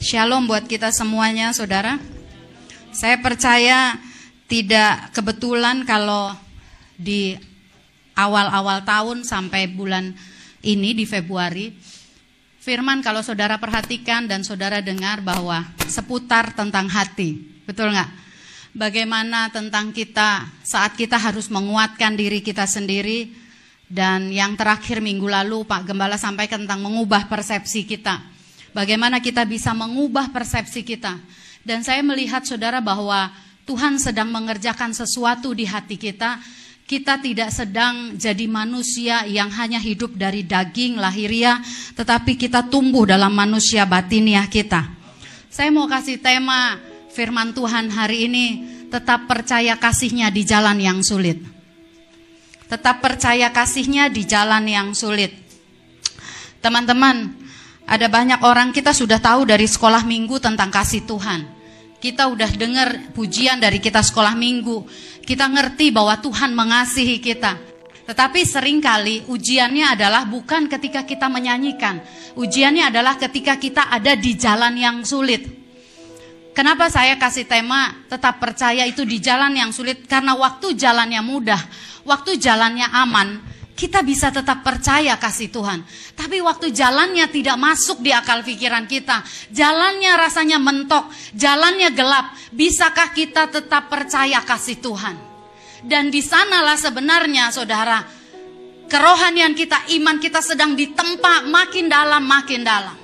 Shalom buat kita semuanya, saudara. Saya percaya tidak kebetulan kalau di awal-awal tahun sampai bulan ini di Februari, firman kalau saudara perhatikan dan saudara dengar bahwa seputar tentang hati. Betul nggak? Bagaimana tentang kita saat kita harus menguatkan diri kita sendiri. Dan yang terakhir minggu lalu Pak Gembala sampaikan tentang mengubah persepsi kita. Bagaimana kita bisa mengubah persepsi kita. Dan saya melihat saudara bahwa Tuhan sedang mengerjakan sesuatu di hati kita. Kita tidak sedang jadi manusia yang hanya hidup dari daging lahiriah, tetapi kita tumbuh dalam manusia batiniah kita. Saya mau kasih tema firman Tuhan hari ini, tetap percaya kasih-Nya di jalan yang sulit. Tetap percaya kasih-Nya di jalan yang sulit. Teman-teman, ada banyak orang, kita sudah tahu dari sekolah minggu tentang kasih Tuhan. Kita udah dengar pujian dari kita sekolah minggu. Kita ngerti bahwa Tuhan mengasihi kita. Tetapi seringkali ujiannya adalah bukan ketika kita menyanyikan. Ujiannya adalah ketika kita ada di jalan yang sulit. Kenapa saya kasih tema tetap percaya itu di jalan yang sulit? Karena waktu jalannya mudah, waktu jalannya aman, kita bisa tetap percaya kasih Tuhan. Tapi waktu jalannya tidak masuk di akal pikiran kita, jalannya rasanya mentok, jalannya gelap, bisakah kita tetap percaya kasih Tuhan? Dan di sanalah sebenarnya saudara, kerohanian kita, iman kita sedang ditempa makin dalam, makin dalam.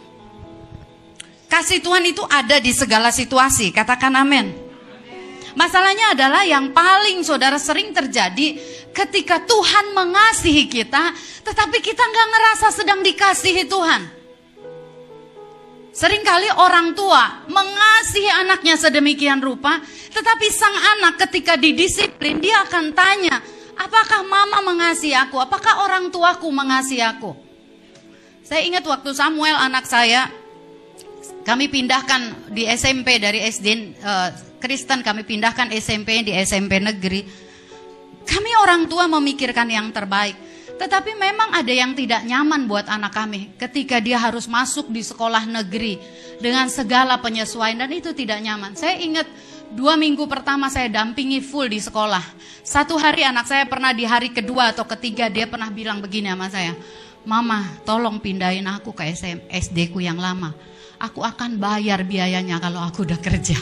Kasih Tuhan itu ada di segala situasi, katakan amin. Masalahnya adalah yang paling saudara sering terjadi ketika Tuhan mengasihi kita, tetapi kita nggak ngerasa sedang dikasihi Tuhan. Seringkali orang tua mengasihi anaknya sedemikian rupa, tetapi sang anak ketika didisiplin, dia akan tanya, apakah mama mengasihi aku? Apakah orang tuaku mengasihi aku? Saya ingat waktu Samuel anak saya, kami pindahkan di SMP dari SD Kristen, kami pindahkan SMP di SMP negeri. Kami orang tua memikirkan yang terbaik. Tetapi memang ada yang tidak nyaman buat anak kami ketika dia harus masuk di sekolah negeri dengan segala penyesuaian, dan itu tidak nyaman. Saya ingat 2 minggu pertama saya dampingi full di sekolah. Satu hari anak saya pernah di hari kedua atau ketiga dia pernah bilang begini sama saya, Mama tolong pindahin aku ke SD ku yang lama. Aku akan bayar biayanya kalau aku udah kerja.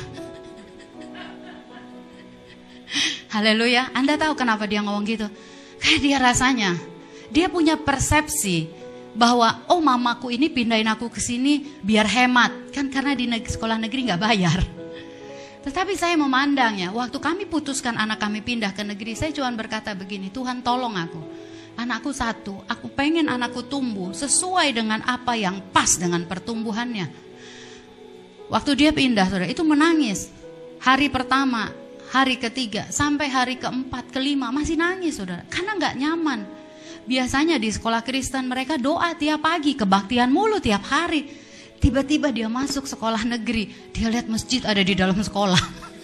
Haleluya. Anda tahu kenapa dia ngomong gitu? Kayak dia rasanya, dia punya persepsi bahwa oh mamaku ini pindahin aku ke sini biar hemat. Kan karena di sekolah negeri nggak bayar. Tetapi saya memandangnya, waktu kami putuskan anak kami pindah ke negeri, saya cuma berkata begini, Tuhan tolong aku. Anakku satu, aku pengen anakku tumbuh sesuai dengan apa yang pas dengan pertumbuhannya. Waktu dia pindah, saudara, itu menangis. Hari pertama, hari ketiga, sampai hari keempat, kelima, masih nangis, saudara. Karena nggak nyaman. Biasanya di sekolah Kristen mereka doa tiap pagi, kebaktian mulu tiap hari. Tiba-tiba dia masuk sekolah negeri, dia lihat masjid ada di dalam sekolah.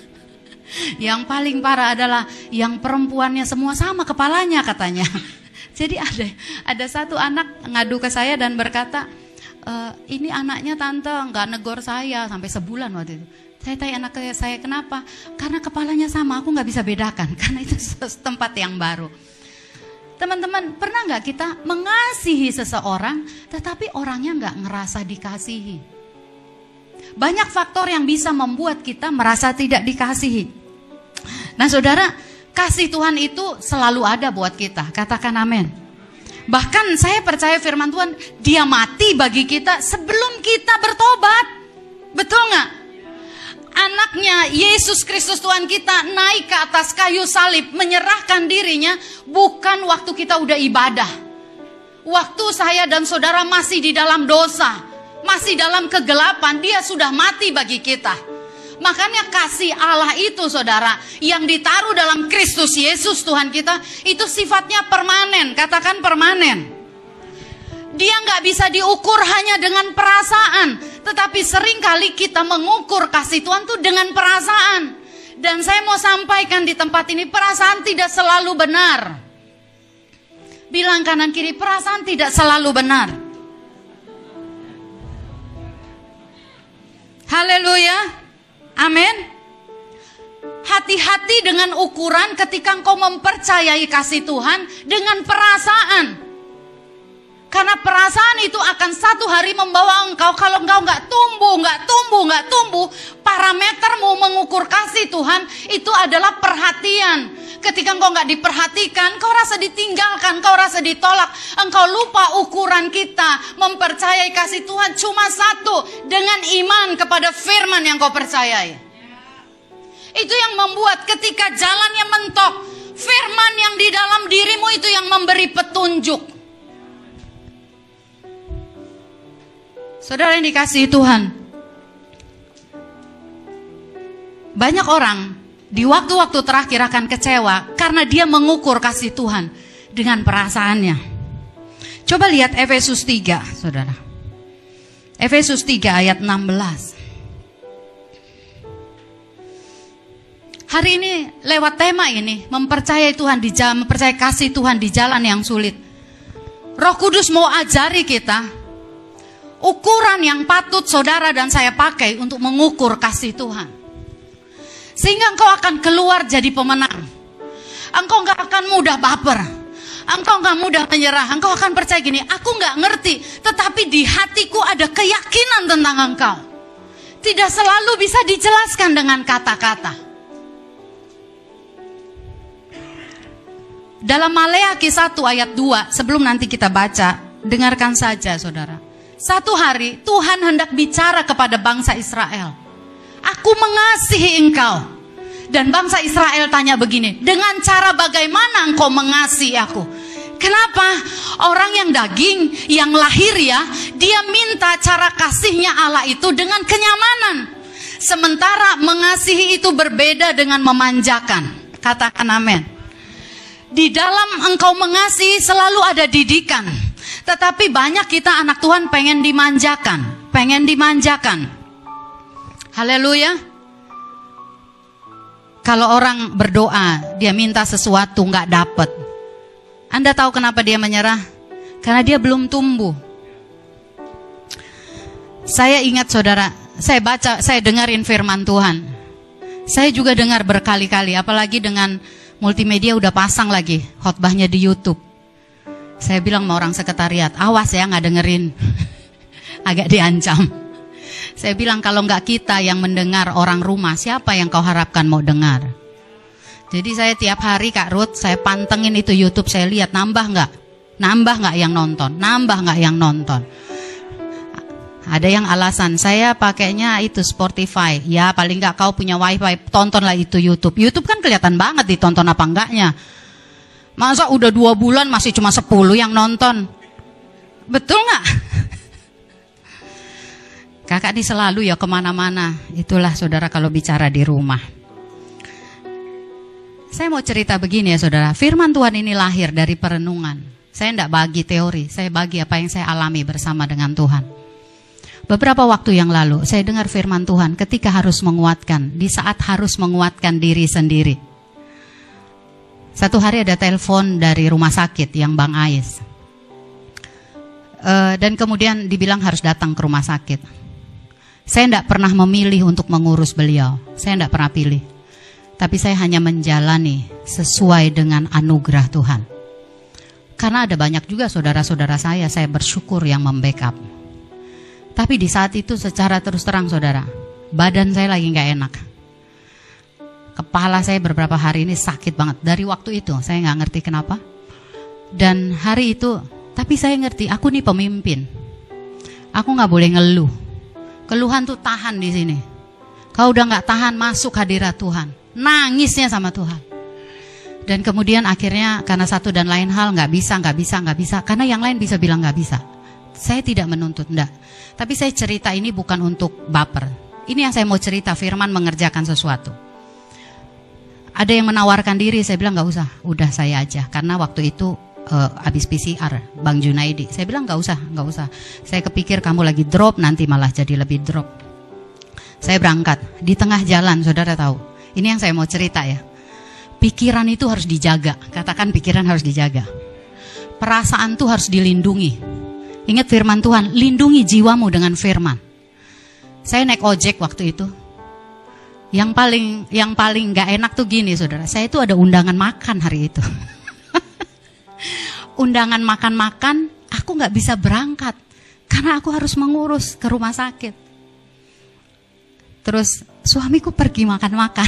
Yang paling parah adalah yang perempuannya semua sama kepalanya katanya. Jadi ada satu anak ngadu ke saya dan berkata, ini anaknya tante nggak negor saya sampai sebulan waktu itu. Saya tanya anak saya kenapa? Karena kepalanya sama, aku nggak bisa bedakan karena itu tempat yang baru. Teman-teman, pernah nggak kita mengasihi seseorang tetapi orangnya nggak ngerasa dikasihi? Banyak faktor yang bisa membuat kita merasa tidak dikasihi. Nah saudara, kasih Tuhan itu selalu ada buat kita, katakan amin. Bahkan saya percaya firman Tuhan, dia mati bagi kita sebelum kita bertobat. Betul nggak? Anaknya Yesus Kristus Tuhan kita naik ke atas kayu salib, menyerahkan dirinya bukan waktu kita udah ibadah. Waktu saya dan saudara masih di dalam dosa, masih dalam kegelapan, dia sudah mati bagi kita. Makanya kasih Allah itu saudara, yang ditaruh dalam Kristus Yesus Tuhan kita, itu sifatnya permanen, katakan permanen. Dia nggak bisa diukur hanya dengan perasaan, tetapi seringkali kita mengukur kasih Tuhan tuh dengan perasaan. Dan saya mau sampaikan di tempat ini, perasaan tidak selalu benar. Bilang kanan kiri, perasaan tidak selalu benar. Haleluya. Amin. Hati-hati dengan ukuran ketika engkau mempercayai kasih Tuhan dengan perasaan. Karena perasaan itu akan satu hari membawa engkau, kalau engkau nggak tumbuh, parametermu mengukur kasih Tuhan itu adalah perhatian. Ketika engkau nggak diperhatikan, engkau rasa ditinggalkan, engkau rasa ditolak, engkau lupa ukuran kita mempercayai kasih Tuhan cuma satu, dengan iman kepada firman yang kau percayai. Itu yang membuat ketika jalannya mentok, firman yang di dalam dirimu itu yang memberi petunjuk. Saudara yang dikasihi Tuhan, banyak orang di waktu-waktu terakhir akan kecewa karena dia mengukur kasih Tuhan dengan perasaannya. Coba lihat Efesus 3, saudara. Efesus 3 ayat 16. Hari ini lewat tema ini, mempercayai Tuhan di jalan, mempercayai kasih Tuhan di jalan yang sulit. Roh Kudus mau ajari kita ukuran yang patut saudara dan saya pakai untuk mengukur kasih Tuhan. Sehingga engkau akan keluar jadi pemenang. Engkau gak akan mudah baper. Engkau gak mudah menyerah. Engkau akan percaya gini, aku gak ngerti, tetapi di hatiku ada keyakinan tentang engkau. Tidak selalu bisa dijelaskan dengan kata-kata. Dalam Maleakhi 1 ayat 2, sebelum nanti kita baca, dengarkan saja saudara. Satu hari Tuhan hendak bicara kepada bangsa Israel. Aku mengasihi engkau. Dan bangsa Israel tanya begini, dengan cara bagaimana engkau mengasihi aku? Kenapa orang yang daging, yang lahiriah, dia minta cara kasihnya Allah itu dengan kenyamanan. Sementara mengasihi itu berbeda dengan memanjakan. Katakan amin. Di dalam engkau mengasihi selalu ada didikan. Tetapi banyak kita anak Tuhan pengen dimanjakan. Haleluya. Kalau orang berdoa, dia minta sesuatu nggak dapet. Anda tahu kenapa dia menyerah? Karena dia belum tumbuh. Saya ingat saudara, saya dengerin firman Tuhan. Saya juga dengar berkali-kali, apalagi dengan multimedia udah pasang lagi khotbahnya di YouTube. Saya bilang sama orang sekretariat, awas ya nggak dengerin. Agak diancam. Saya bilang kalau nggak kita yang mendengar, orang rumah, siapa yang kau harapkan mau dengar? Jadi saya tiap hari Kak Ruth, saya pantengin itu YouTube, saya lihat nambah nggak yang nonton. Ada yang alasan, saya pakainya itu Spotify. Ya paling nggak kau punya wifi, tontonlah itu YouTube. YouTube kan kelihatan banget ditonton apa enggaknya. Masa udah 2 bulan masih cuma 10 yang nonton? Betul nggak? Kakak ini selalu ya kemana-mana. Itulah saudara kalau bicara di rumah. Saya mau cerita begini ya saudara. Firman Tuhan ini lahir dari perenungan. Saya tidak bagi teori. Saya bagi apa yang saya alami bersama dengan Tuhan. Beberapa waktu yang lalu saya dengar firman Tuhan ketika harus menguatkan. Di saat harus menguatkan diri sendiri. Satu hari ada telepon dari rumah sakit yang Bang Ais. Dan kemudian dibilang harus datang ke rumah sakit. Saya tidak pernah memilih untuk mengurus beliau. Saya tidak pernah pilih. Tapi saya hanya menjalani sesuai dengan anugerah Tuhan. Karena ada banyak juga saudara-saudara saya bersyukur yang membackup. Tapi di saat itu secara terus terang saudara, badan saya lagi nggak enak. Kepala saya beberapa hari ini sakit banget. Dari waktu itu saya nggak ngerti kenapa. Dan hari itu, tapi saya ngerti aku nih pemimpin. Aku nggak boleh ngeluh. Keluhan tuh tahan di sini. Kau udah nggak tahan, masuk hadirat Tuhan. Nangisnya sama Tuhan. Dan kemudian akhirnya karena satu dan lain hal nggak bisa. Karena yang lain bisa bilang nggak bisa. Saya tidak menuntut, enggak. Tapi saya cerita ini bukan untuk baper. Ini yang saya mau cerita, firman mengerjakan sesuatu. Ada yang menawarkan diri, saya bilang nggak usah, udah saya aja. Karena waktu itu habis PCR, Bang Junaidi. Saya bilang nggak usah. Saya kepikir kamu lagi drop, nanti malah jadi lebih drop. Saya berangkat, di tengah jalan, saudara tahu. Ini yang saya mau cerita ya. Pikiran itu harus dijaga, katakan pikiran harus dijaga. Perasaan tuh harus dilindungi. Ingat firman Tuhan, lindungi jiwamu dengan firman. Saya naik ojek waktu itu. Yang paling nggak enak tuh gini, saudara. Saya itu ada undangan makan hari itu. Undangan makan-makan, aku nggak bisa berangkat karena aku harus mengurus ke rumah sakit. Terus suamiku pergi makan-makan.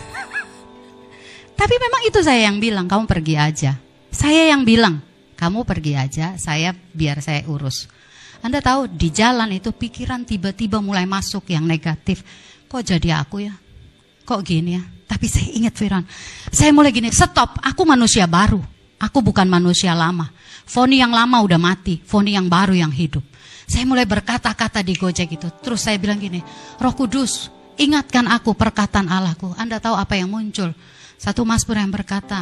Tapi memang itu saya yang bilang, kamu pergi aja. Saya yang bilang, kamu pergi aja, biar saya urus. Anda tahu di jalan itu pikiran tiba-tiba mulai masuk yang negatif. Kok jadi aku ya? Kok gini ya? Tapi saya ingat firman. Saya mulai gini, stop, aku manusia baru. Aku bukan manusia lama. Foni yang lama udah mati, Foni yang baru yang hidup. Saya mulai berkata-kata di Gojek itu. Terus saya bilang gini, Roh Kudus, ingatkan aku perkataan Allahku. Anda tahu apa yang muncul? Satu mazmur yang berkata,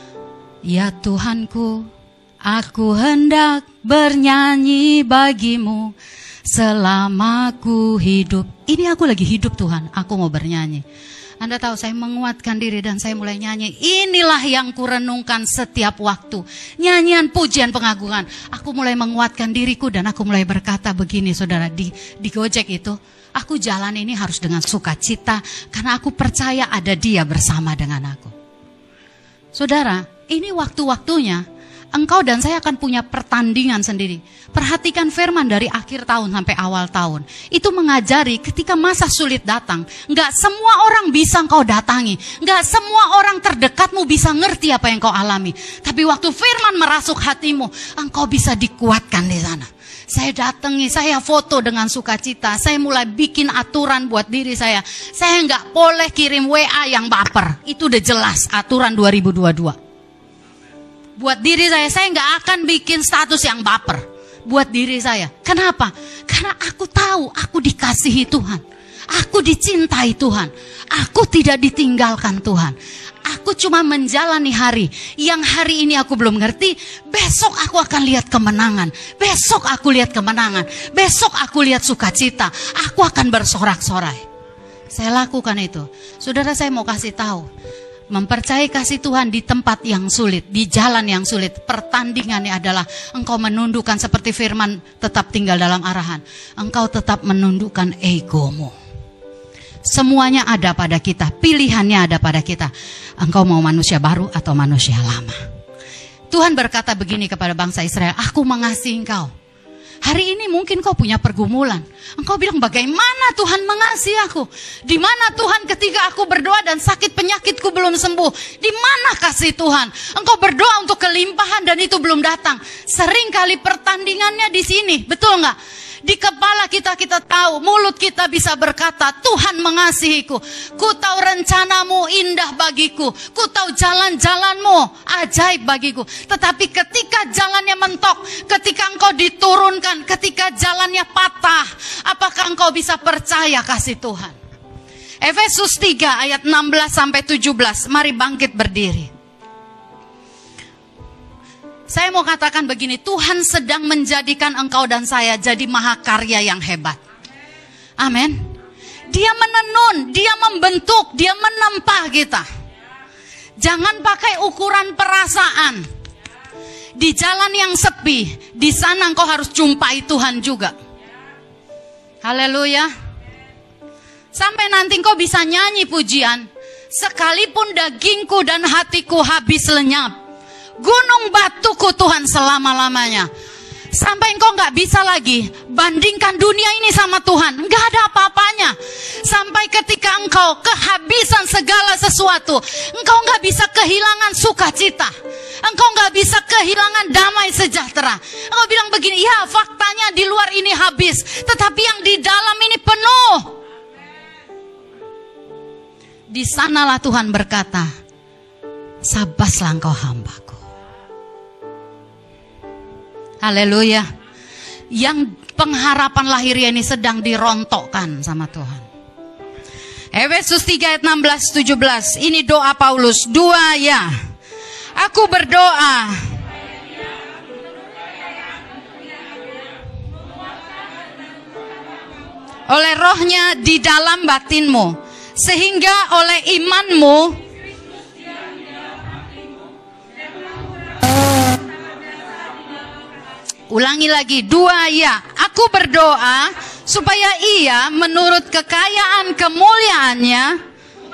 ya Tuhanku, aku hendak bernyanyi bagimu selama aku hidup. Ini aku lagi hidup Tuhan, aku mau bernyanyi. Anda tahu saya menguatkan diri dan saya mulai nyanyi. Inilah yang kurenungkan setiap waktu. Nyanyian, pujian, pengagungan. Aku mulai menguatkan diriku dan aku mulai berkata begini saudara. Di Gojek itu, aku jalan ini harus dengan sukacita. Karena aku percaya ada Dia bersama dengan aku. Saudara, ini waktu-waktunya engkau dan saya akan punya pertandingan sendiri. Perhatikan firman dari akhir tahun sampai awal tahun. Itu mengajari ketika masa sulit datang. Enggak semua orang bisa engkau datangi. Enggak semua orang terdekatmu bisa ngerti apa yang kau alami. Tapi waktu firman merasuk hatimu, engkau bisa dikuatkan di sana. Saya datangi, saya foto dengan sukacita. Saya mulai bikin aturan buat diri saya. Saya enggak boleh kirim WA yang baper. Itu udah jelas aturan 2022. Buat diri saya nggak akan bikin status yang baper. Buat diri saya. Kenapa? Karena aku tahu aku dikasihi Tuhan. Aku dicintai Tuhan. Aku tidak ditinggalkan Tuhan. Aku cuma menjalani hari. Yang hari ini aku belum ngerti. Besok aku akan lihat kemenangan. Besok aku lihat kemenangan. Besok aku lihat sukacita. Aku akan bersorak-sorai. Saya lakukan itu. Saudara, saya mau kasih tahu. Mempercayai kasih Tuhan di tempat yang sulit, di jalan yang sulit. Pertandingannya adalah engkau menundukkan seperti firman tetap tinggal dalam arahan. Engkau tetap menundukkan egomu. Semuanya ada pada kita, pilihannya ada pada kita. Engkau mau manusia baru atau manusia lama. Tuhan berkata begini kepada bangsa Israel, aku mengasihi engkau. Hari ini mungkin kau punya pergumulan. Engkau bilang bagaimana Tuhan mengasihi aku? Di mana Tuhan ketika aku berdoa dan sakit penyakitku belum sembuh? Di mana kasih Tuhan? Engkau berdoa untuk kelimpahan dan itu belum datang. Seringkali pertandingannya di sini, betul nggak? Di kepala kita tahu, mulut kita bisa berkata, Tuhan mengasihiku. Ku tahu rencanamu indah bagiku. Ku tahu jalan-jalanmu ajaib bagiku. Tetapi ketika jalannya mentok, ketika engkau diturunkan, ketika jalannya patah, apakah engkau bisa percaya kasih Tuhan? Efesus 3 ayat 16 sampai 17. Mari bangkit berdiri. Saya mau katakan begini, Tuhan sedang menjadikan engkau dan saya jadi mahakarya yang hebat. Amin. Dia menenun, dia membentuk, dia menempa kita. Jangan pakai ukuran perasaan. Di jalan yang sepi, di sana engkau harus jumpai Tuhan juga. Haleluya. Sampai nanti engkau bisa nyanyi pujian. Sekalipun dagingku dan hatiku habis lenyap, gunung batuku Tuhan selama-lamanya. Sampai engkau gak bisa lagi bandingkan dunia ini sama Tuhan. Gak ada apa-apanya. Sampai ketika engkau kehabisan segala sesuatu, engkau gak bisa kehilangan sukacita. Engkau gak bisa kehilangan damai sejahtera. Engkau bilang begini, ya faktanya di luar ini habis, tetapi yang di dalam ini penuh. Di sanalah Tuhan berkata, sabaslah engkau hambaku. Haleluya. Yang pengharapan lahirnya ini sedang dirontokkan sama Tuhan. Efesus 3 ayat 16-17. Ini doa Paulus. 2 ya. Aku berdoa oleh rohnya di dalam batinmu, sehingga oleh imanmu ulangi lagi 2 ya. Aku berdoa supaya ia menurut kekayaan kemuliaannya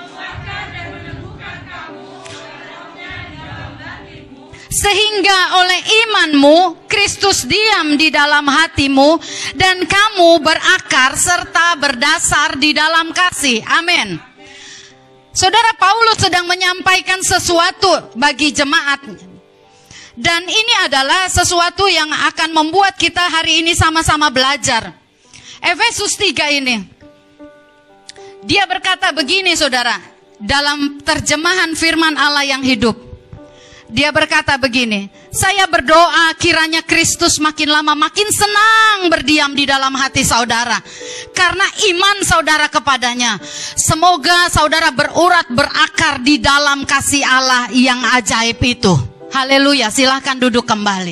sehingga oleh imanmu Kristus diam di dalam hatimu dan kamu berakar serta berdasar di dalam kasih. Amin. Saudara, Paulus sedang menyampaikan sesuatu bagi jemaat. Dan ini adalah sesuatu yang akan membuat kita hari ini sama-sama belajar. Efesus 3 ini. Dia berkata begini, saudara, dalam terjemahan firman Allah yang hidup. Dia berkata begini, saya berdoa kiranya Kristus makin lama makin senang berdiam di dalam hati saudara. Karena iman saudara kepadanya. Semoga saudara berurat berakar di dalam kasih Allah yang ajaib itu. Haleluya, silahkan duduk kembali.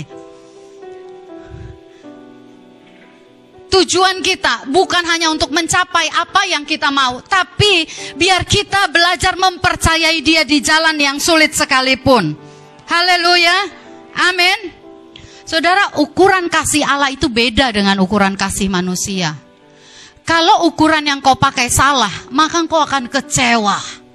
Tujuan kita bukan hanya untuk mencapai apa yang kita mau, tapi biar kita belajar mempercayai Dia di jalan yang sulit sekalipun. Haleluya, amin. Saudara, ukuran kasih Allah itu beda dengan ukuran kasih manusia. Kalau ukuran yang kau pakai salah, maka kau akan kecewa.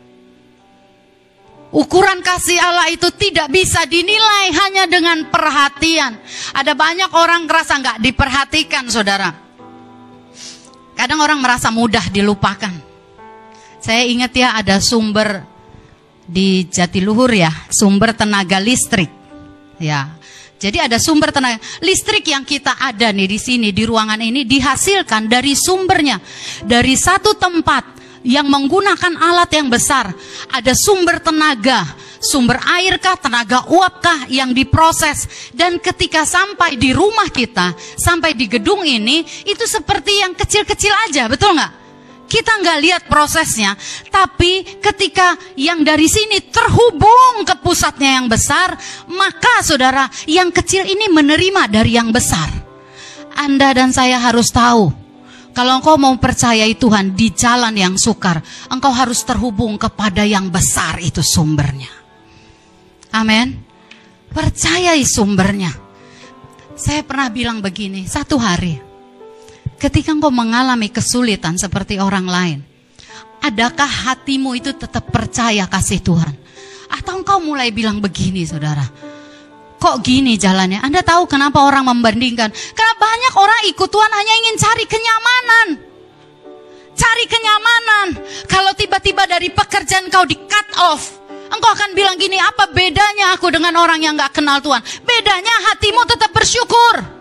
Ukuran kasih Allah itu tidak bisa dinilai hanya dengan perhatian. Ada banyak orang merasa nggak diperhatikan, saudara. Kadang orang merasa mudah dilupakan. Saya ingat ya, ada sumber di Jatiluhur ya, sumber tenaga listrik. Ya. Jadi ada sumber tenaga listrik yang kita ada nih di sini di ruangan ini dihasilkan dari sumbernya. Dari satu tempat yang menggunakan alat yang besar, ada sumber tenaga, sumber airkah, tenaga uapkah yang diproses. Dan ketika sampai di rumah kita, sampai di gedung ini, itu seperti yang kecil-kecil aja, betul nggak? Kita nggak lihat prosesnya, tapi ketika yang dari sini terhubung ke pusatnya yang besar, maka saudara, yang kecil ini menerima dari yang besar. Anda dan saya harus tahu, kalau engkau mau percayai Tuhan di jalan yang sukar, engkau harus terhubung kepada yang besar itu sumbernya. Amin. Percayai sumbernya. Saya pernah bilang begini, satu hari, ketika engkau mengalami kesulitan seperti orang lain, adakah hatimu itu tetap percaya kasih Tuhan? Atau engkau mulai bilang begini, saudara, kok gini jalannya? Anda tahu kenapa orang membandingkan? Karena banyak orang ikut Tuhan hanya ingin cari kenyamanan. Cari kenyamanan. Kalau tiba-tiba dari pekerjaan kau di cut off, engkau akan bilang gini, apa bedanya aku dengan orang yang gak kenal Tuhan? Bedanya hatimu tetap bersyukur.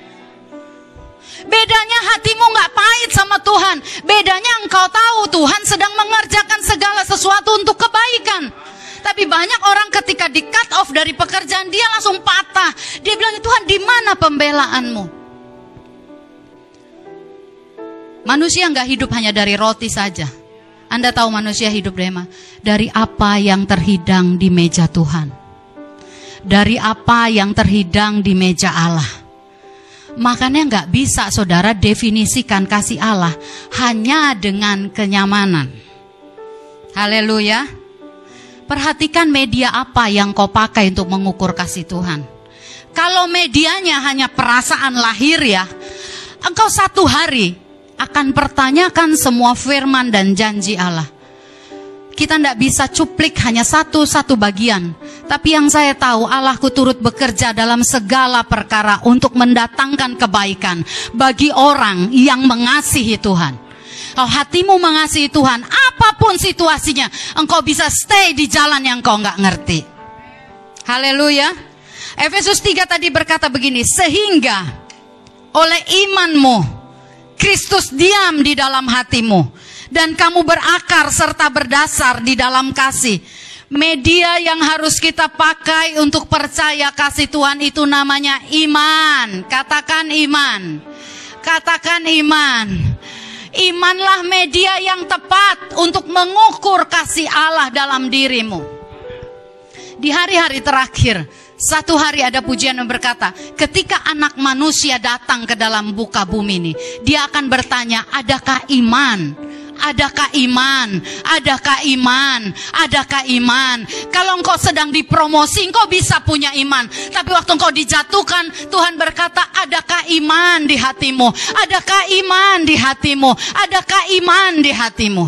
Bedanya hatimu gak pahit sama Tuhan. Bedanya engkau tahu Tuhan sedang mengerjakan segala sesuatu untuk kebaikan. Tapi banyak orang ketika di cut off dari pekerjaan, dia langsung patah. Dia bilang, Tuhan di mana pembelaanmu? Manusia gak hidup hanya dari roti saja. Anda tahu manusia hidup dari apa yang terhidang di meja Tuhan. Dari apa yang terhidang di meja Allah. Makanya nggak bisa saudara definisikan kasih Allah hanya dengan kenyamanan. Haleluya. Perhatikan media apa yang kau pakai untuk mengukur kasih Tuhan. Kalau medianya hanya perasaan lahir ya, engkau satu hari akan pertanyakan semua firman dan janji Allah. Kita tidak bisa cuplik hanya satu bagian. Tapi yang saya tahu, Allahku turut bekerja dalam segala perkara untuk mendatangkan kebaikan bagi orang yang mengasihi Tuhan. Kalau hatimu mengasihi Tuhan, apapun situasinya, engkau bisa stay di jalan yang kau nggak ngerti. Haleluya. Efesus 3 tadi berkata begini, sehingga oleh imanmu Kristus diam di dalam hatimu. Dan kamu berakar serta berdasar di dalam kasih. Media yang harus kita pakai untuk percaya kasih Tuhan itu namanya iman. Katakan iman. Katakan iman. Imanlah media yang tepat untuk mengukur kasih Allah dalam dirimu. Di hari-hari terakhir, satu hari ada pujian yang berkata, ketika anak manusia datang ke dalam muka bumi ini, dia akan bertanya, adakah iman? Adakah iman? Adakah iman? Adakah iman? Kalau engkau sedang dipromosi, engkau bisa punya iman. Tapi waktu engkau dijatuhkan, Tuhan berkata, adakah iman di hatimu? Adakah iman di hatimu? Adakah iman di hatimu?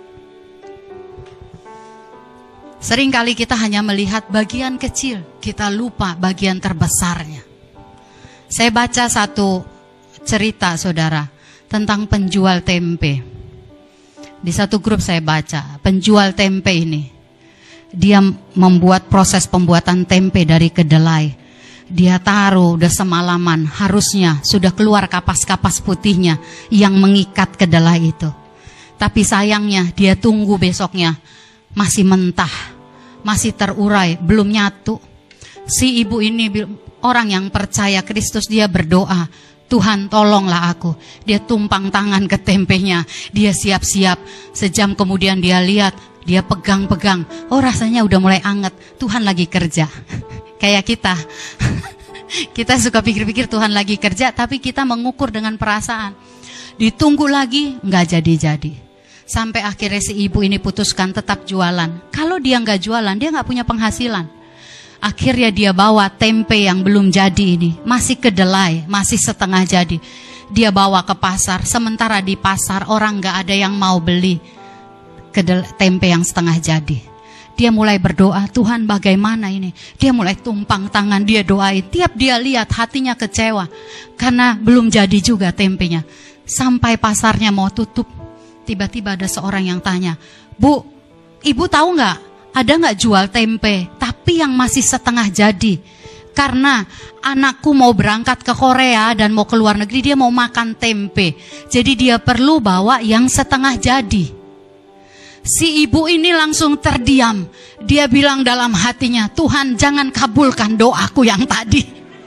Seringkali kita hanya melihat bagian kecil, kita lupa bagian terbesarnya. Saya baca satu cerita, saudara, tentang penjual tempe. Di satu grup saya baca, penjual tempe ini, dia membuat proses pembuatan tempe dari kedelai. Dia taruh udah semalaman, harusnya sudah keluar kapas-kapas putihnya yang mengikat kedelai itu. Tapi sayangnya dia tunggu besoknya, masih mentah, masih terurai, belum nyatu. Si ibu ini orang yang percaya Kristus, dia berdoa, Tuhan tolonglah aku. Dia tumpang tangan ke tempenya, dia siap-siap. Sejam kemudian dia lihat, dia pegang-pegang, oh rasanya udah mulai anget, Tuhan lagi kerja. Kayak kita kita suka pikir-pikir Tuhan lagi kerja, tapi kita mengukur dengan perasaan. Ditunggu lagi, nggak jadi-jadi. Sampai akhirnya si ibu ini putuskan tetap jualan. Kalau dia nggak jualan, dia nggak punya penghasilan. Akhirnya dia bawa tempe yang belum jadi ini, masih kedelai, masih setengah jadi. Dia bawa ke pasar, sementara di pasar orang nggak ada yang mau beli tempe yang setengah jadi. Dia mulai berdoa, Tuhan bagaimana ini? Dia mulai tumpang tangan, dia doain. Tiap dia lihat hatinya kecewa, karena belum jadi juga tempenya. Sampai pasarnya mau tutup, tiba-tiba ada seorang yang tanya, Bu, ibu tahu nggak? Ada nggak jual tempe, tapi yang masih setengah jadi? Karena anakku mau berangkat ke Korea dan mau ke luar negeri, dia mau makan tempe. Jadi dia perlu bawa yang setengah jadi. Si ibu ini langsung terdiam. Dia bilang dalam hatinya, Tuhan jangan kabulkan doaku yang tadi.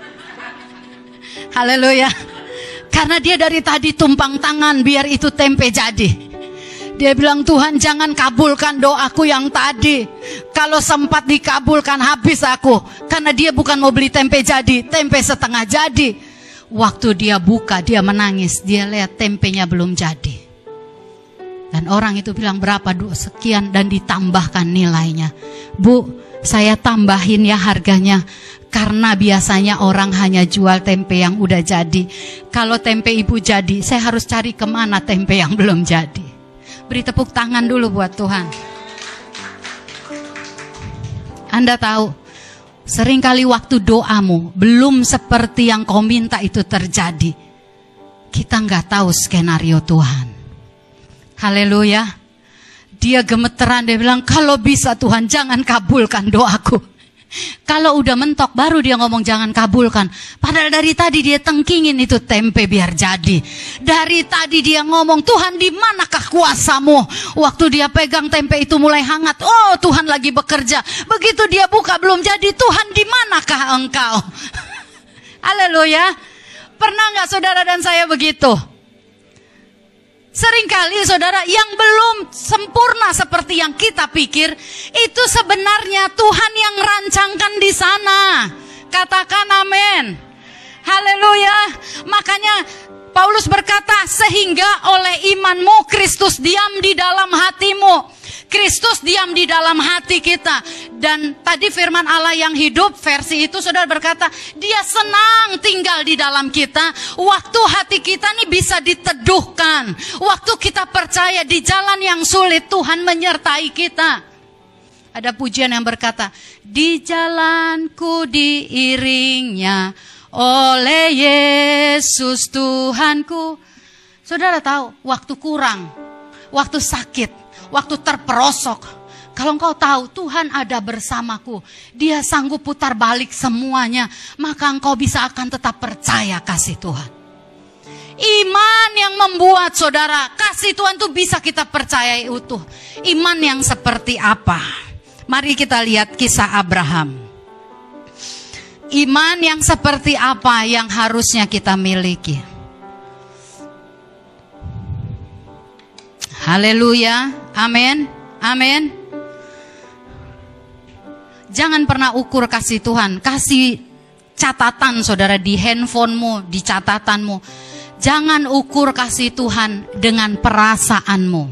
Haleluya. Karena dia dari tadi tumpang tangan biar itu tempe jadi. Dia bilang, Tuhan jangan kabulkan doaku yang tadi. Kalau sempat dikabulkan habis aku. Karena dia bukan mau beli tempe jadi, tempe setengah jadi. Waktu dia buka, dia menangis. Dia lihat tempenya belum jadi. Dan orang itu bilang berapa? Sekian, dan ditambahkan nilainya. Bu, saya tambahin ya harganya. Karena biasanya orang hanya jual tempe yang udah jadi. Kalau tempe ibu jadi, saya harus cari kemana tempe yang belum jadi. Beri tepuk tangan dulu buat Tuhan. Anda tahu, seringkali waktu doamu belum seperti yang kau minta itu terjadi. Kita nggak tahu skenario Tuhan. Haleluya. Dia gemeteran, dia bilang, kalau bisa Tuhan jangan kabulkan doaku. Kalau udah mentok baru dia ngomong jangan kabulkan. Padahal dari tadi dia tengkingin itu tempe biar jadi. Dari tadi dia ngomong, Tuhan di manakah kuasamu? Waktu dia pegang tempe itu mulai hangat. Oh, Tuhan lagi bekerja. Begitu dia buka belum jadi, Tuhan di manakah engkau? Haleluya. Pernah nggak saudara dan saya begitu? Seringkali saudara, yang belum sempurna seperti yang kita pikir, itu sebenarnya Tuhan yang rancangkan di sana. Katakan amin. Haleluya. Makanya Paulus berkata, sehingga oleh imanmu Kristus diam di dalam hatimu. Kristus diam di dalam hati kita. Dan tadi firman Allah yang hidup, versi itu saudara berkata, dia senang tinggal di dalam kita. Waktu hati kita nih bisa diteduhkan. Waktu kita percaya di jalan yang sulit, Tuhan menyertai kita. Ada pujian yang berkata, di jalanku diiringnya oleh Yesus Tuhanku. Saudara tahu, waktu kurang, waktu sakit, waktu terperosok, kalau engkau tahu Tuhan ada bersamaku, Dia sanggup putar balik semuanya, maka engkau bisa akan tetap percaya kasih Tuhan. Iman yang membuat saudara, kasih Tuhan itu bisa kita percayai utuh. Iman yang seperti apa? Mari kita lihat kisah Abraham. Iman yang seperti apa yang harusnya kita miliki? Haleluya, amin, amin. Jangan pernah ukur kasih Tuhan, kasih catatan saudara di handphonemu, di catatanmu. Jangan ukur kasih Tuhan dengan perasaanmu.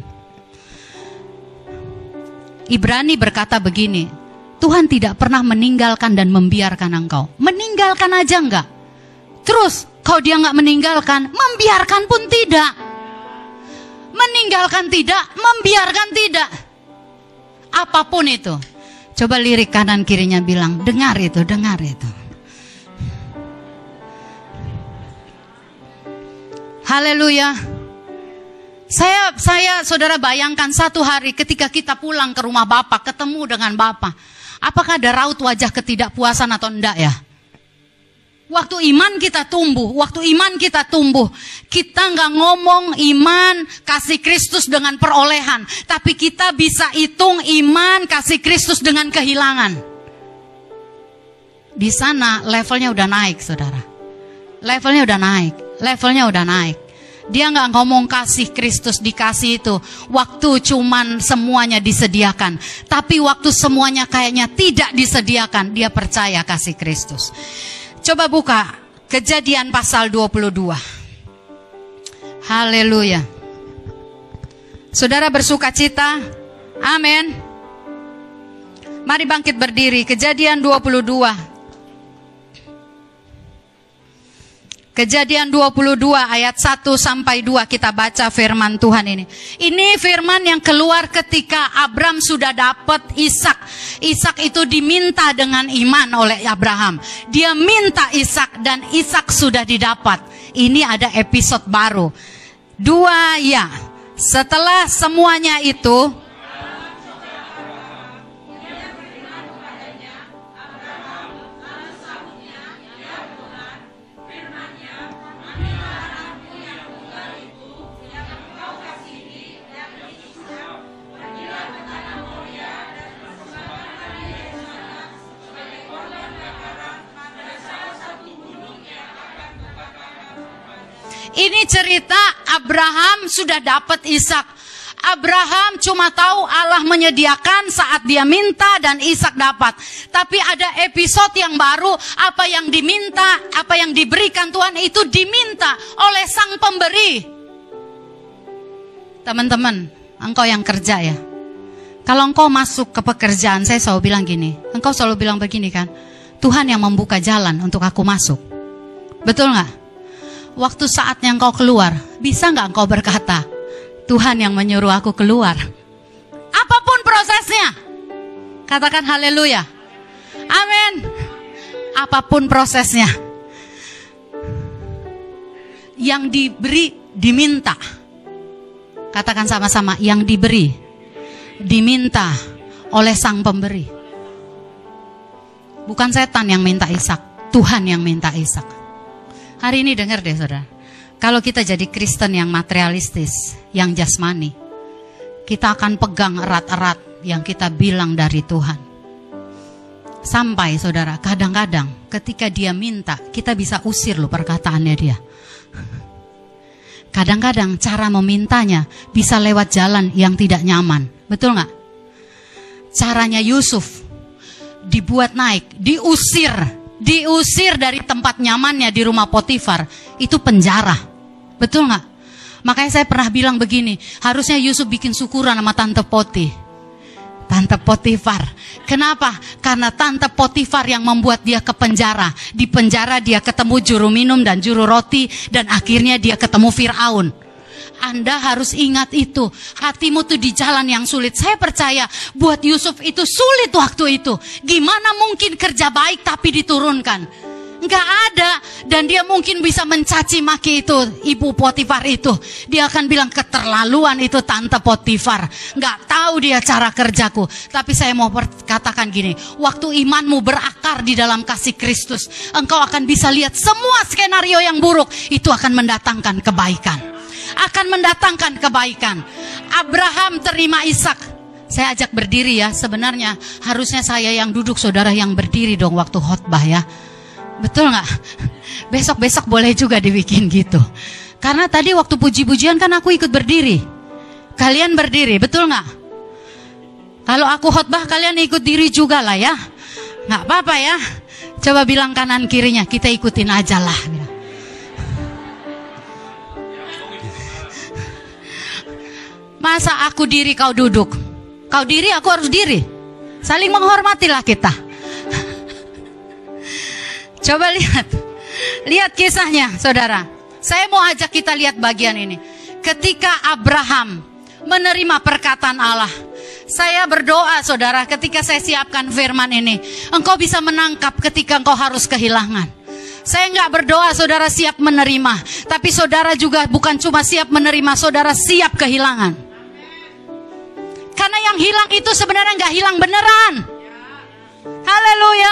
Ibrani berkata begini, Tuhan tidak pernah meninggalkan dan membiarkan engkau. Meninggalkan aja enggak. Terus kalau dia enggak meninggalkan, membiarkan pun tidak. Meninggalkan tidak, membiarkan tidak. Apapun itu. Coba lirik kanan kirinya bilang, dengar itu, dengar itu. Haleluya. Saya saudara bayangkan satu hari ketika kita pulang ke rumah Bapak, ketemu dengan Bapak. Apakah ada raut wajah ketidakpuasan atau enggak ya? Waktu iman kita tumbuh, kita nggak ngomong iman kasih Kristus dengan perolehan, tapi kita bisa hitung iman kasih Kristus dengan kehilangan. Di sana levelnya udah naik, saudara. Levelnya udah naik. Dia nggak ngomong kasih Kristus dikasih itu waktu cuman semuanya disediakan, tapi waktu semuanya kayaknya tidak disediakan, dia percaya kasih Kristus. Coba buka Kejadian pasal 22. Haleluya. Saudara bersuka cita? Amin. Mari bangkit berdiri. Kejadian 22. Kejadian 22 ayat 1 sampai 2 kita baca firman Tuhan ini. Ini firman yang keluar ketika Abram sudah dapat Ishak. Ishak itu diminta dengan iman oleh Abraham. Dia minta Ishak dan Ishak sudah didapat. Ini ada episode baru. 2 ya. Setelah semuanya itu, ini cerita Abraham sudah dapat Ishak. Abraham cuma tahu Allah menyediakan saat dia minta dan Ishak dapat. Tapi ada episode yang baru, apa yang diminta, apa yang diberikan Tuhan itu diminta oleh Sang Pemberi. Teman-teman, engkau yang kerja ya. Kalau engkau masuk ke pekerjaan, saya selalu bilang gini. Engkau selalu bilang begini kan, Tuhan yang membuka jalan untuk aku masuk. Betul gak? Waktu saatnya engkau keluar, bisa nggak engkau berkata, Tuhan yang menyuruh aku keluar? Apapun prosesnya, katakan haleluya, amin. Apapun prosesnya, yang diberi diminta. Katakan sama-sama, yang diberi diminta oleh Sang Pemberi. Bukan setan yang minta Ishak, Tuhan yang minta Ishak. Hari ini dengar deh saudara, kalau kita jadi Kristen yang materialistis, yang jasmani, kita akan pegang erat-erat yang kita bilang dari Tuhan. Sampai saudara, kadang-kadang ketika dia minta, kita bisa usir loh perkataannya dia. Kadang-kadang cara memintanya bisa lewat jalan yang tidak nyaman, betul gak? Caranya Yusuf, dibuat naik, diusir dari tempat nyamannya di rumah Potifar, itu penjara. Betul gak? Makanya saya pernah bilang begini, harusnya Yusuf bikin syukuran sama Tante Potifar. Kenapa? Karena Tante Potifar yang membuat dia ke penjara. Di penjara dia ketemu juru minum dan juru roti, dan akhirnya dia ketemu Firaun. Anda harus ingat itu. Hatimu tuh di jalan yang sulit. Saya percaya buat Yusuf itu sulit waktu itu. Gimana mungkin kerja baik tapi diturunkan? Nggak ada. Dan dia mungkin bisa mencaci maki itu Ibu Potifar itu. Dia akan bilang keterlaluan itu Tante Potifar. Nggak tahu dia cara kerjaku. Tapi saya mau katakan gini. Waktu imanmu berakar di dalam kasih Kristus, engkau akan bisa lihat semua skenario yang buruk itu akan mendatangkan kebaikan. Akan mendatangkan kebaikan. Abraham terima Ishak. Saya ajak berdiri ya. Sebenarnya harusnya saya yang duduk, saudara yang berdiri dong waktu khotbah ya. Betul gak? Besok-besok boleh juga dibikin gitu. Karena tadi waktu puji-pujian kan aku ikut berdiri. Kalian berdiri, betul gak? Kalau aku khotbah kalian ikut diri juga lah ya. Gak apa-apa ya. Coba bilang kanan kirinya, kita ikutin aja lah. Masa aku diri kau duduk? Kau diri aku harus diri. Saling menghormatilah kita. Coba lihat kisahnya saudara. Saya mau ajak kita lihat bagian ini. Ketika Abraham menerima perkataan Allah, saya berdoa saudara, ketika saya siapkan firman ini, engkau bisa menangkap ketika engkau harus kehilangan. Saya enggak berdoa saudara siap menerima, tapi saudara juga bukan cuma siap menerima, saudara siap kehilangan. Karena yang hilang itu sebenarnya enggak hilang beneran. Haleluya.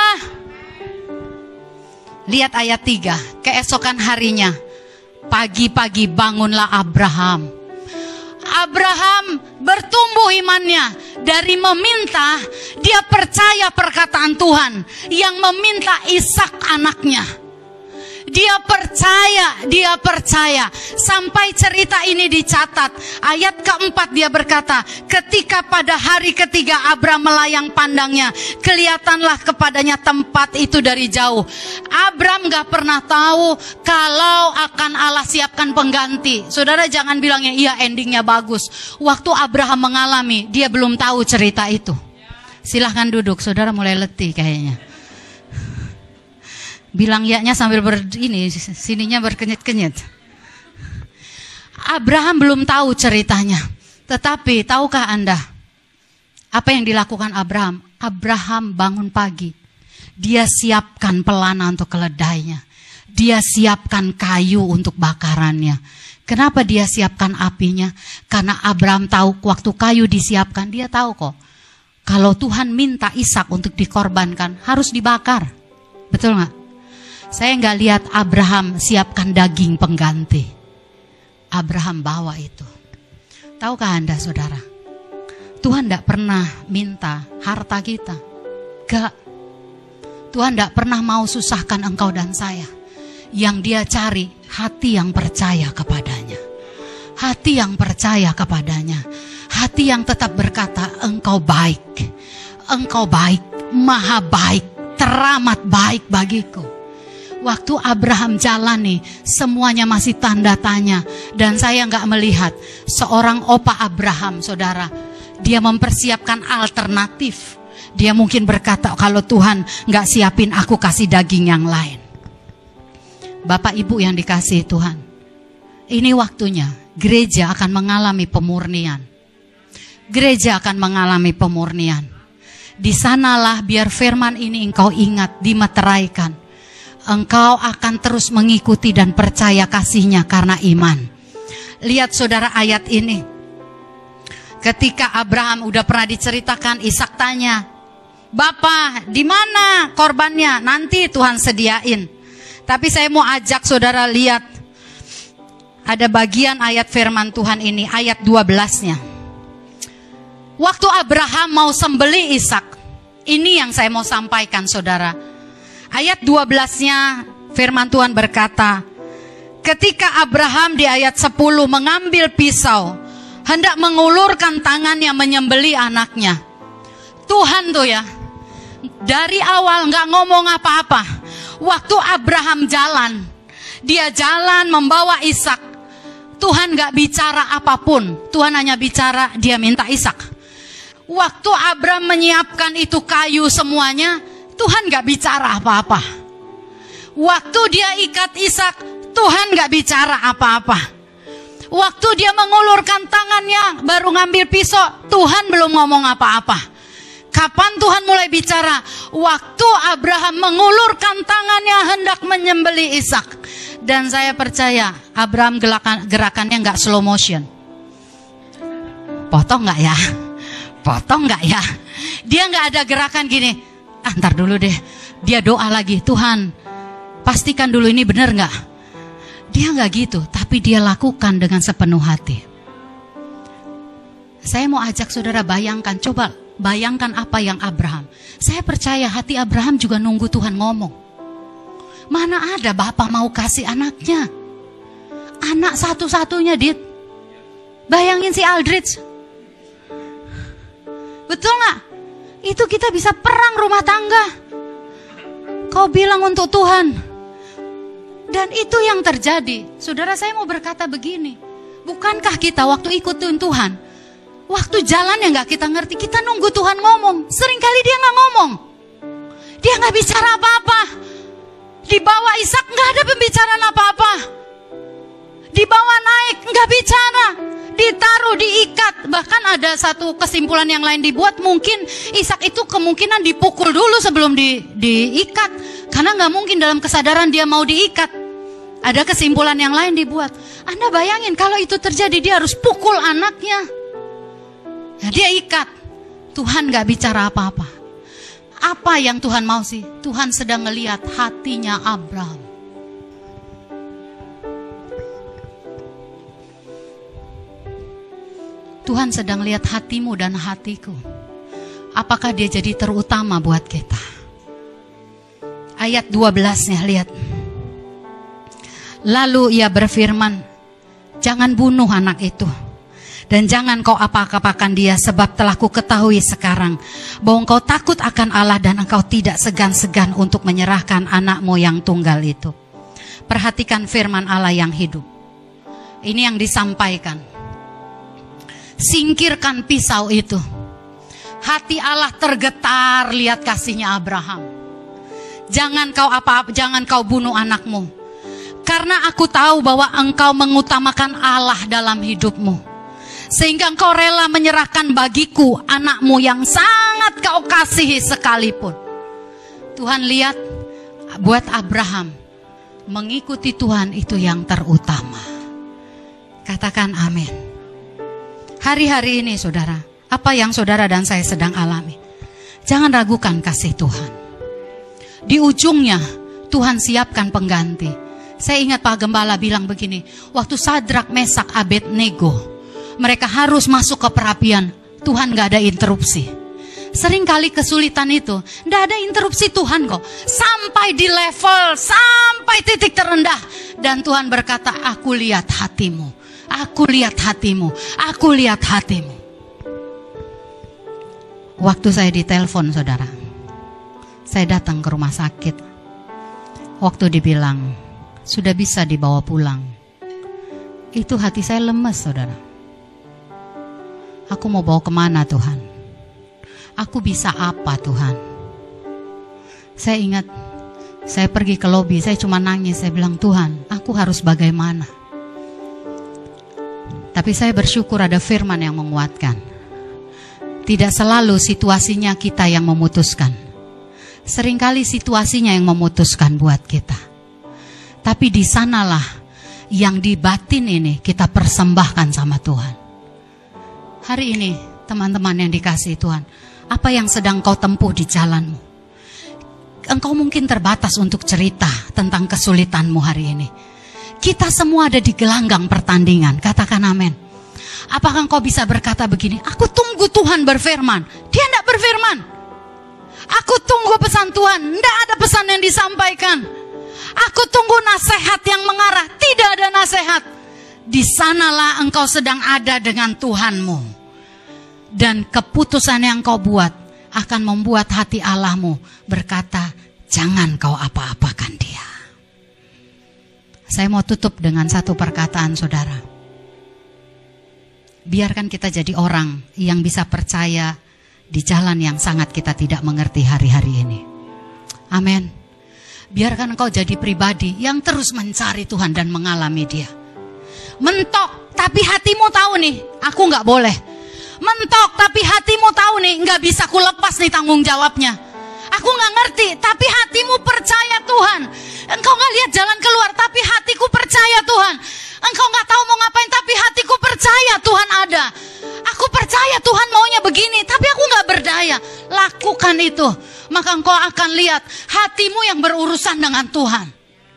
Lihat ayat 3. Keesokan harinya, pagi-pagi bangunlah Abraham. Abraham bertumbuh imannya. Dari meminta, dia percaya perkataan Tuhan yang meminta Ishak anaknya. Dia percaya. Sampai cerita ini dicatat. Ayat keempat dia berkata, ketika pada hari ketiga Abraham melayang pandangnya, kelihatanlah kepadanya tempat itu dari jauh. Abraham gak pernah tahu kalau akan Allah siapkan pengganti. Saudara jangan bilangnya, iya endingnya bagus. Waktu Abraham mengalami, dia belum tahu cerita itu. Silahkan duduk, saudara mulai letih kayaknya. Bilang ya-nya sambil sininya berkenyit-kenyit. Abraham belum tahu ceritanya. Tetapi tahukah Anda apa yang dilakukan Abraham? Abraham bangun pagi. Dia siapkan pelana untuk keledainya. Dia siapkan kayu untuk bakarannya. Kenapa dia siapkan apinya? Karena Abraham tahu waktu kayu disiapkan, dia tahu kok. Kalau Tuhan minta Ishak untuk dikorbankan, harus dibakar. Betul nggak? Saya nggak lihat Abraham siapkan daging pengganti. Abraham bawa itu. Tahukah Anda saudara? Tuhan tidak pernah minta harta kita. Gak. Tuhan tidak pernah mau susahkan engkau dan saya. Yang dia cari hati yang percaya kepadanya. Hati yang percaya kepadanya. Hati yang tetap berkata, engkau baik. Engkau baik, maha baik, teramat baik bagiku. Waktu Abraham jalani, semuanya masih tanda tanya. Dan saya nggak melihat seorang opa Abraham, saudara. Dia mempersiapkan alternatif. Dia mungkin berkata, kalau Tuhan nggak siapin, aku kasih daging yang lain. Bapak Ibu yang dikasihi Tuhan, ini waktunya gereja akan mengalami pemurnian. Gereja akan mengalami pemurnian. Di sanalah biar firman ini engkau ingat, dimeteraikan. Engkau akan terus mengikuti dan percaya kasih-Nya karena iman. Lihat saudara ayat ini. Ketika Abraham udah pernah diceritakan, Ishak tanya, Bapak, di mana korbannya? Nanti Tuhan sediain. Tapi saya mau ajak saudara lihat. Ada bagian ayat firman Tuhan ini, ayat 12-nya. Waktu Abraham mau sembelih Ishak, ini yang saya mau sampaikan saudara. Ayat 12-nya firman Tuhan berkata, ketika Abraham di ayat 10 mengambil pisau, hendak mengulurkan tangannya menyembelih anaknya. Tuhan tuh ya, dari awal gak ngomong apa-apa. Waktu Abraham jalan, dia jalan membawa Ishak. Tuhan gak bicara apapun. Tuhan hanya bicara, dia minta Ishak. Waktu Abraham menyiapkan itu kayu semuanya, Tuhan gak bicara apa-apa. Waktu dia ikat Ishak, Tuhan gak bicara apa-apa. Waktu dia mengulurkan tangannya, baru ngambil pisau, Tuhan belum ngomong apa-apa. Kapan Tuhan mulai bicara? Waktu Abraham mengulurkan tangannya hendak menyembelih Ishak. Dan saya percaya Abraham gerakannya gak slow motion. Potong gak ya? Potong gak ya? Dia gak ada gerakan gini. Ntar dulu deh, dia doa lagi, Tuhan pastikan dulu ini benar gak? Dia gak gitu, tapi dia lakukan dengan sepenuh hati. Saya mau ajak saudara bayangkan, coba bayangkan apa yang Abraham. Saya percaya hati Abraham juga nunggu Tuhan ngomong. Mana ada bapak mau kasih anaknya? Anak satu-satunya, Dit. Bayangin si Aldrich. Betul gak? Itu kita bisa perang rumah tangga. Kau bilang untuk Tuhan. Dan itu yang terjadi. Saudara, saya mau berkata begini. Bukankah kita waktu ikutin Tuhan, Waktu jalan yang gak kita ngerti, kita nunggu Tuhan ngomong. Seringkali dia gak ngomong. Dia gak bicara apa-apa. Dibawa Ishak gak ada pembicaraan apa-apa. Dibawa naik gak bicara. Ditaruh, diikat. Bahkan ada satu kesimpulan yang lain dibuat. Mungkin Ishak itu kemungkinan dipukul dulu sebelum diikat. Karena gak mungkin dalam kesadaran dia mau diikat. Ada kesimpulan yang lain dibuat. Anda bayangin kalau itu terjadi, dia harus pukul anaknya. Nah, dia ikat. Tuhan gak bicara apa-apa. Apa yang Tuhan mau sih? Tuhan sedang ngelihat hatinya Abraham. Tuhan sedang lihat hatimu dan hatiku. Apakah dia jadi terutama buat kita? Ayat 12-nya, lihat. Lalu ia berfirman, jangan bunuh anak itu. Dan jangan kau apa-apakan dia, sebab telah ku ketahui sekarang bahwa engkau takut akan Allah dan engkau tidak segan-segan untuk menyerahkan anakmu yang tunggal itu. Perhatikan firman Allah yang hidup. Ini yang disampaikan. Singkirkan pisau itu. Hati Allah tergetar lihat kasihnya Abraham. Jangan kau bunuh anakmu. Karena aku tahu bahwa engkau mengutamakan Allah dalam hidupmu. Sehingga engkau rela menyerahkan bagiku anakmu yang sangat kau kasihi sekalipun. Tuhan lihat buat Abraham, mengikuti Tuhan itu yang terutama. Katakan amin. Hari-hari ini saudara, apa yang saudara dan saya sedang alami, jangan ragukan kasih Tuhan. Di ujungnya Tuhan siapkan pengganti. Saya ingat Pak Gembala bilang begini, waktu Sadrak, Mesak, Abednego mereka harus masuk ke perapian, Tuhan gak ada interupsi. Seringkali kesulitan itu, gak ada interupsi Tuhan kok. Sampai di level, sampai titik terendah. Dan Tuhan berkata, aku lihat hatimu. Aku lihat hatimu. Aku lihat hatimu. Waktu saya ditelepon saudara, saya datang ke rumah sakit. Waktu dibilang, sudah bisa dibawa pulang. Itu hati saya lemes saudara. Aku mau bawa kemana Tuhan? Aku bisa apa Tuhan? Saya ingat, saya pergi ke lobi, saya cuma nangis. Saya bilang, Tuhan, aku harus bagaimana? Tapi saya bersyukur ada firman yang menguatkan. Tidak selalu situasinya kita yang memutuskan. Seringkali situasinya yang memutuskan buat kita. Tapi di sanalah yang di batin ini kita persembahkan sama Tuhan. Hari ini teman-teman yang dikasihi Tuhan, apa yang sedang kau tempuh di jalanmu? Engkau mungkin terbatas untuk cerita tentang kesulitanmu hari ini. Kita semua ada di gelanggang pertandingan, katakan amin. Apakah engkau bisa berkata begini, aku tunggu Tuhan berfirman? Dia tidak berfirman. Aku tunggu pesan Tuhan, tidak ada pesan yang disampaikan. Aku tunggu nasihat yang mengarah, tidak ada nasihat. Di sanalah engkau sedang ada dengan Tuhanmu. Dan keputusan yang kau buat akan membuat hati Allahmu berkata, jangan kau apa-apakan dia. Saya mau tutup dengan satu perkataan saudara. Biarkan kita jadi orang yang bisa percaya di jalan yang sangat kita tidak mengerti hari-hari ini. Amin. Biarkan engkau jadi pribadi yang terus mencari Tuhan dan mengalami dia. Mentok, tapi hatimu tahu nih, aku gak boleh. Mentok, tapi hatimu tahu nih, gak bisa ku lepas nih tanggung jawabnya. Aku gak ngerti, tapi hatimu percaya Tuhan. Engkau gak lihat jalan keluar, tapi hatiku percaya Tuhan. Engkau gak tahu mau ngapain, tapi hatiku percaya Tuhan ada. Aku percaya Tuhan maunya begini, tapi aku gak berdaya. Lakukan itu, maka engkau akan lihat hatimu yang berurusan dengan Tuhan.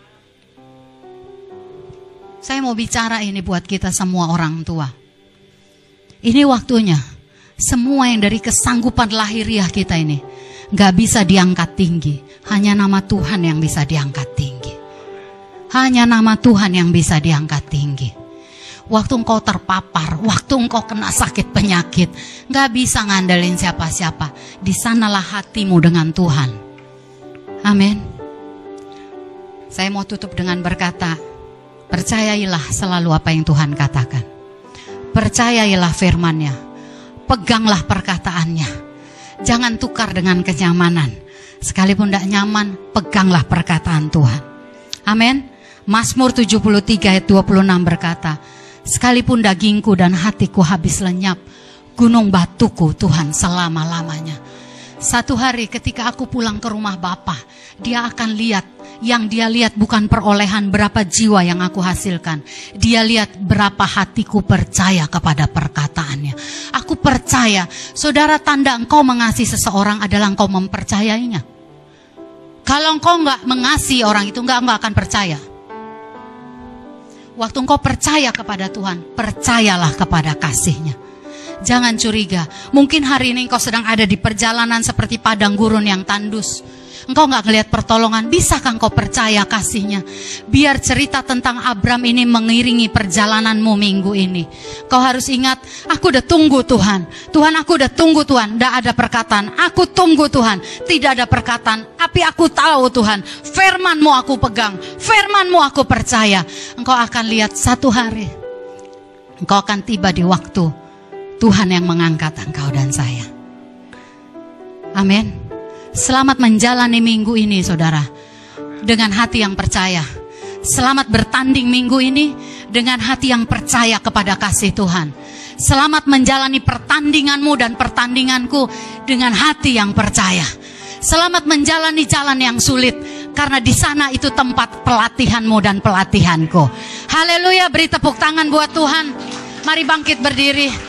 Saya mau bicara ini buat kita semua orang tua. Ini waktunya, semua yang dari kesanggupan lahiriah kita ini gak bisa diangkat tinggi. Hanya nama Tuhan yang bisa diangkat tinggi. Hanya nama Tuhan yang bisa diangkat tinggi. Waktu engkau terpapar, waktu engkau kena sakit penyakit, gak bisa ngandelin siapa-siapa. Di sanalah hatimu dengan Tuhan. Amin. Saya mau tutup dengan berkata, percayailah selalu apa yang Tuhan katakan. Percayailah firman-Nya. peganglah perkataannya. Jangan tukar dengan kenyamanan. Sekalipun tidak nyaman, peganglah perkataan Tuhan. Amin. Mazmur 73 ayat 26 berkata, sekalipun dagingku dan hatiku habis lenyap, gunung batuku Tuhan selama-lamanya. Satu hari ketika aku pulang ke rumah Bapa, dia akan lihat, yang dia lihat bukan perolehan berapa jiwa yang aku hasilkan. Dia lihat berapa hatiku percaya kepada perkataannya. Aku percaya, saudara, tanda engkau mengasihi seseorang adalah engkau mempercayainya. Kalau engkau enggak mengasihi orang itu, engkau akan percaya. Waktu engkau percaya kepada Tuhan, percayalah kepada kasih-Nya. Jangan curiga. Mungkin hari ini engkau sedang ada di perjalanan seperti padang gurun yang tandus. Engkau gak ngelihat pertolongan. Bisakah engkau percaya kasih-Nya? Biar cerita tentang Abram ini mengiringi perjalananmu minggu ini. Kau harus ingat, aku udah tunggu Tuhan. Tuhan, aku udah tunggu Tuhan. Tidak ada perkataan. Aku tunggu Tuhan. Tidak ada perkataan. Tapi aku tahu Tuhan, firman-Mu aku pegang. Firman-Mu aku percaya. Engkau akan lihat satu hari, engkau akan tiba di waktu Tuhan yang mengangkat engkau dan saya. Amin. Selamat menjalani minggu ini, saudara, dengan hati yang percaya. Selamat bertanding minggu ini dengan hati yang percaya kepada kasih Tuhan. Selamat menjalani pertandinganmu dan pertandinganku dengan hati yang percaya. Selamat menjalani jalan yang sulit, karena di sana itu tempat pelatihanmu dan pelatihanku. Haleluya, beri tepuk tangan buat Tuhan. Mari bangkit berdiri.